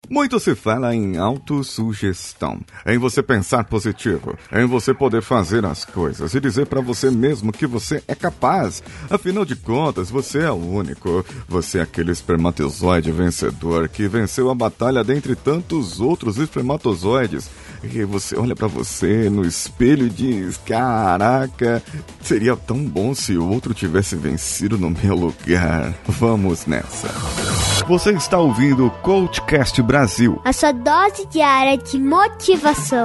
Muito se fala em autossugestão, em você pensar positivo, em você poder fazer as coisas e dizer pra você mesmo que você é capaz. Afinal de contas, você é o único. Você é aquele espermatozoide vencedor que venceu a batalha dentre tantos outros espermatozoides. E você olha pra você no espelho e diz: caraca, seria tão bom se o outro tivesse vencido no meu lugar. Vamos nessa. Você está ouvindo o Coachcast Brasil, a sua dose diária de motivação.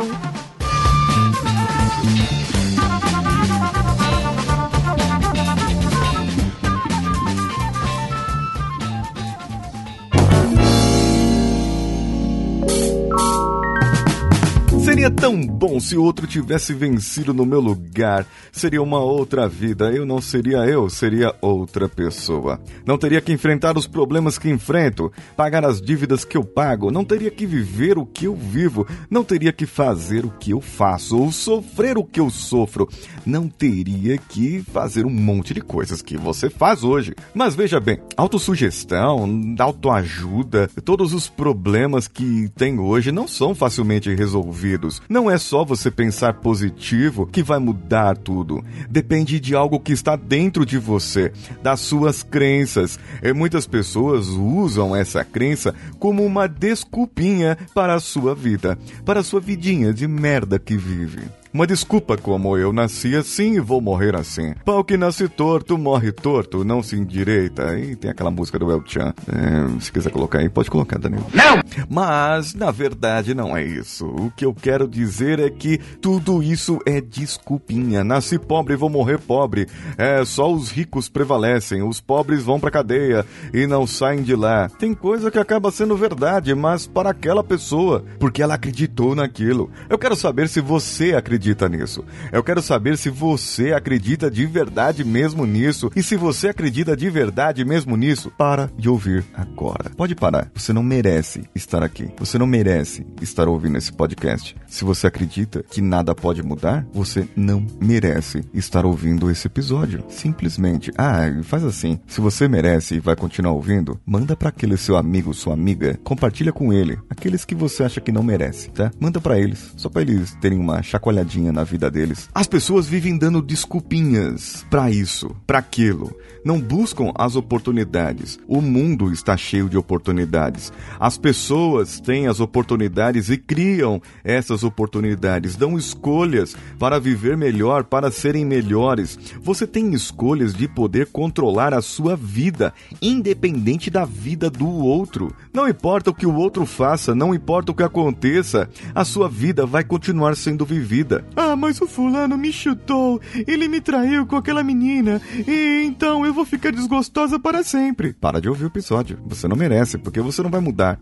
Seria tão bom se o outro tivesse vencido no meu lugar. Seria uma outra vida. Eu não seria eu, seria outra pessoa. Não teria que enfrentar os problemas que enfrento, pagar as dívidas que eu pago. Não teria que viver o que eu vivo. Não teria que fazer o que eu faço ou sofrer o que eu sofro. Não teria que fazer um monte de coisas que você faz hoje. Mas veja bem, autossugestão, autoajuda, todos os problemas que tem hoje não são facilmente resolvidos. Não é só você pensar positivo que vai mudar tudo. Depende de algo que está dentro de você, das suas crenças. E muitas pessoas usam essa crença como uma desculpinha para a sua vida, para a sua vidinha de merda que vive. Uma desculpa como: eu nasci assim e vou morrer assim. Pau que nasce torto, morre torto, não se endireita. E tem aquela música do El Chan. Se quiser colocar aí, pode colocar, Danilo. Não! Mas, na verdade, não é isso. O que eu quero dizer é que tudo isso é desculpinha. Nasci pobre e vou morrer pobre. Só os ricos prevalecem. Os pobres vão pra cadeia e não saem de lá. Tem coisa que acaba sendo verdade, mas para aquela pessoa, porque ela acreditou naquilo. Eu quero saber se você acredita nisso. Eu quero saber se você acredita de verdade mesmo nisso. E se você acredita de verdade mesmo nisso, para de ouvir agora. Pode parar. Você não merece estar aqui. Você não merece estar ouvindo esse podcast. Se você acredita que nada pode mudar, você não merece estar ouvindo esse episódio. Simplesmente. Faz assim. Se você merece e vai continuar ouvindo, manda para aquele seu amigo, sua amiga. Compartilha com ele. Aqueles que você acha que não merece, tá? Manda para eles. Só para eles terem uma chacoalhadinha na vida deles. As pessoas vivem dando desculpinhas pra isso, pra aquilo. Não buscam as oportunidades. O mundo está cheio de oportunidades. As pessoas têm as oportunidades e criam essas oportunidades. Dão escolhas para viver melhor, para serem melhores. Você tem escolhas de poder controlar a sua vida, independente da vida do outro. Não importa o que o outro faça, não importa o que aconteça, a sua vida vai continuar sendo vivida. Mas o fulano me chutou, ele me traiu com aquela menina, e então eu vou ficar desgostosa para sempre. Para de ouvir o episódio, você não merece, porque você não vai mudar.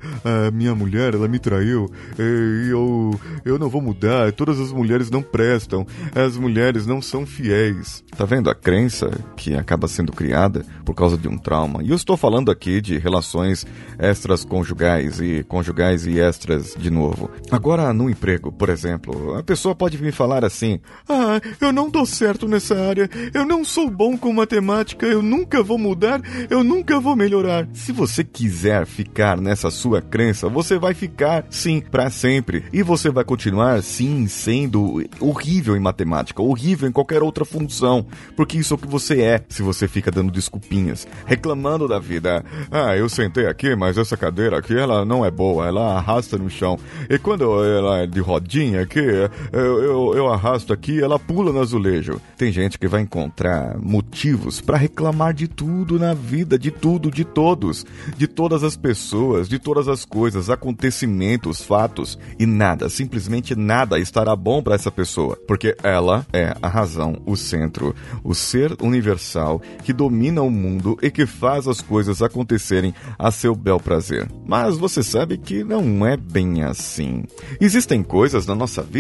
Minha mulher, ela me traiu, e eu não vou mudar, todas as mulheres não prestam, as mulheres não são fiéis. Tá vendo a crença que acaba sendo criada por causa de um trauma? E eu estou falando aqui de relações extras conjugais e extras de novo. Agora, no emprego, por exemplo, a pessoa pode me falar assim: eu não dou certo nessa área, eu não sou bom com matemática, eu nunca vou mudar, eu nunca vou melhorar. Se você quiser ficar nessa sua crença, você vai ficar, sim, pra sempre. E você vai continuar, sim, sendo horrível em matemática, horrível em qualquer outra função, porque isso é o que você é, se você fica dando desculpinhas, reclamando da vida. Eu sentei aqui, mas essa cadeira aqui, ela não é boa, ela arrasta no chão. E quando ela é de rodinha aqui, eu arrasto aqui, ela pula no azulejo. Tem gente que vai encontrar motivos para reclamar de tudo na vida, de tudo, de todos, de todas as pessoas, de todas as coisas, acontecimentos, fatos, e nada, simplesmente nada estará bom para essa pessoa, porque ela é a razão, o centro, o ser universal que domina o mundo e que faz as coisas acontecerem a seu bel prazer. Mas você sabe que não é bem assim. Existem coisas na nossa vida que nós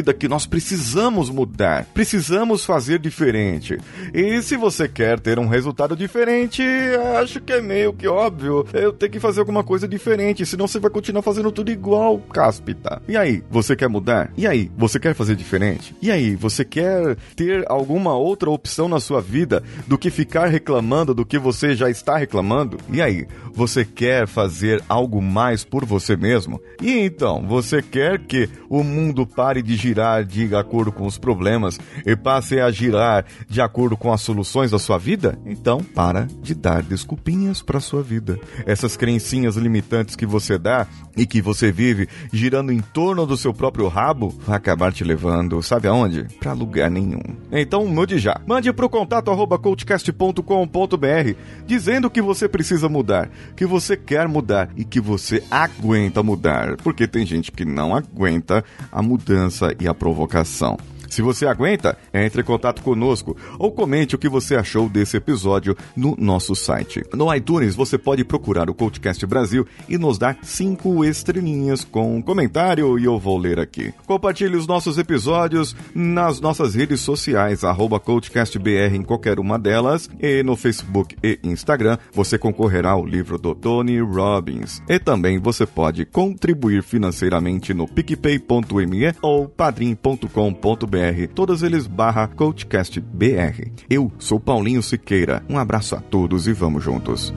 Nós precisamos mudar, precisamos fazer diferente. E se você quer ter um resultado diferente, acho que é meio que óbvio, eu tenho que fazer alguma coisa diferente, senão você vai continuar fazendo tudo igual, cáspita. E aí, você quer mudar? E aí, você quer fazer diferente? E aí, você quer ter alguma outra opção na sua vida do que ficar reclamando do que você já está reclamando? E aí, você quer fazer algo mais por você mesmo? E então, você quer que o mundo pare de girar de acordo com os problemas e passe a girar de acordo com as soluções da sua vida? Então, para de dar desculpinhas para sua vida. Essas crencinhas limitantes que você dá e que você vive girando em torno do seu próprio rabo, vai acabar te levando, sabe aonde? Pra lugar nenhum. Então, mude já. Mande pro contato@coachcast.com.br dizendo que você precisa mudar, que você quer mudar e que você aguenta mudar, porque tem gente que não aguenta a mudança e a provocação. Se você aguenta, entre em contato conosco ou comente o que você achou desse episódio no nosso site. No iTunes, você pode procurar o CoachCast Brasil e nos dar 5 estrelinhas com um comentário e eu vou ler aqui. Compartilhe os nossos episódios nas nossas redes sociais, @CoachCastBR em qualquer uma delas, e no Facebook e Instagram você concorrerá ao livro do Tony Robbins. E também você pode contribuir financeiramente no picpay.me ou padrim.com.br. Todos eles /CoachCastBR. Eu sou Paulinho Siqueira. Um abraço a todos e vamos juntos.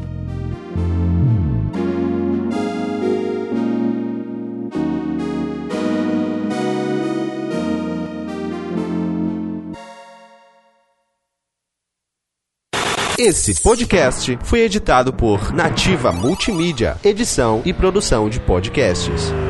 Esse podcast foi editado por Nativa Multimídia, edição e produção de podcasts.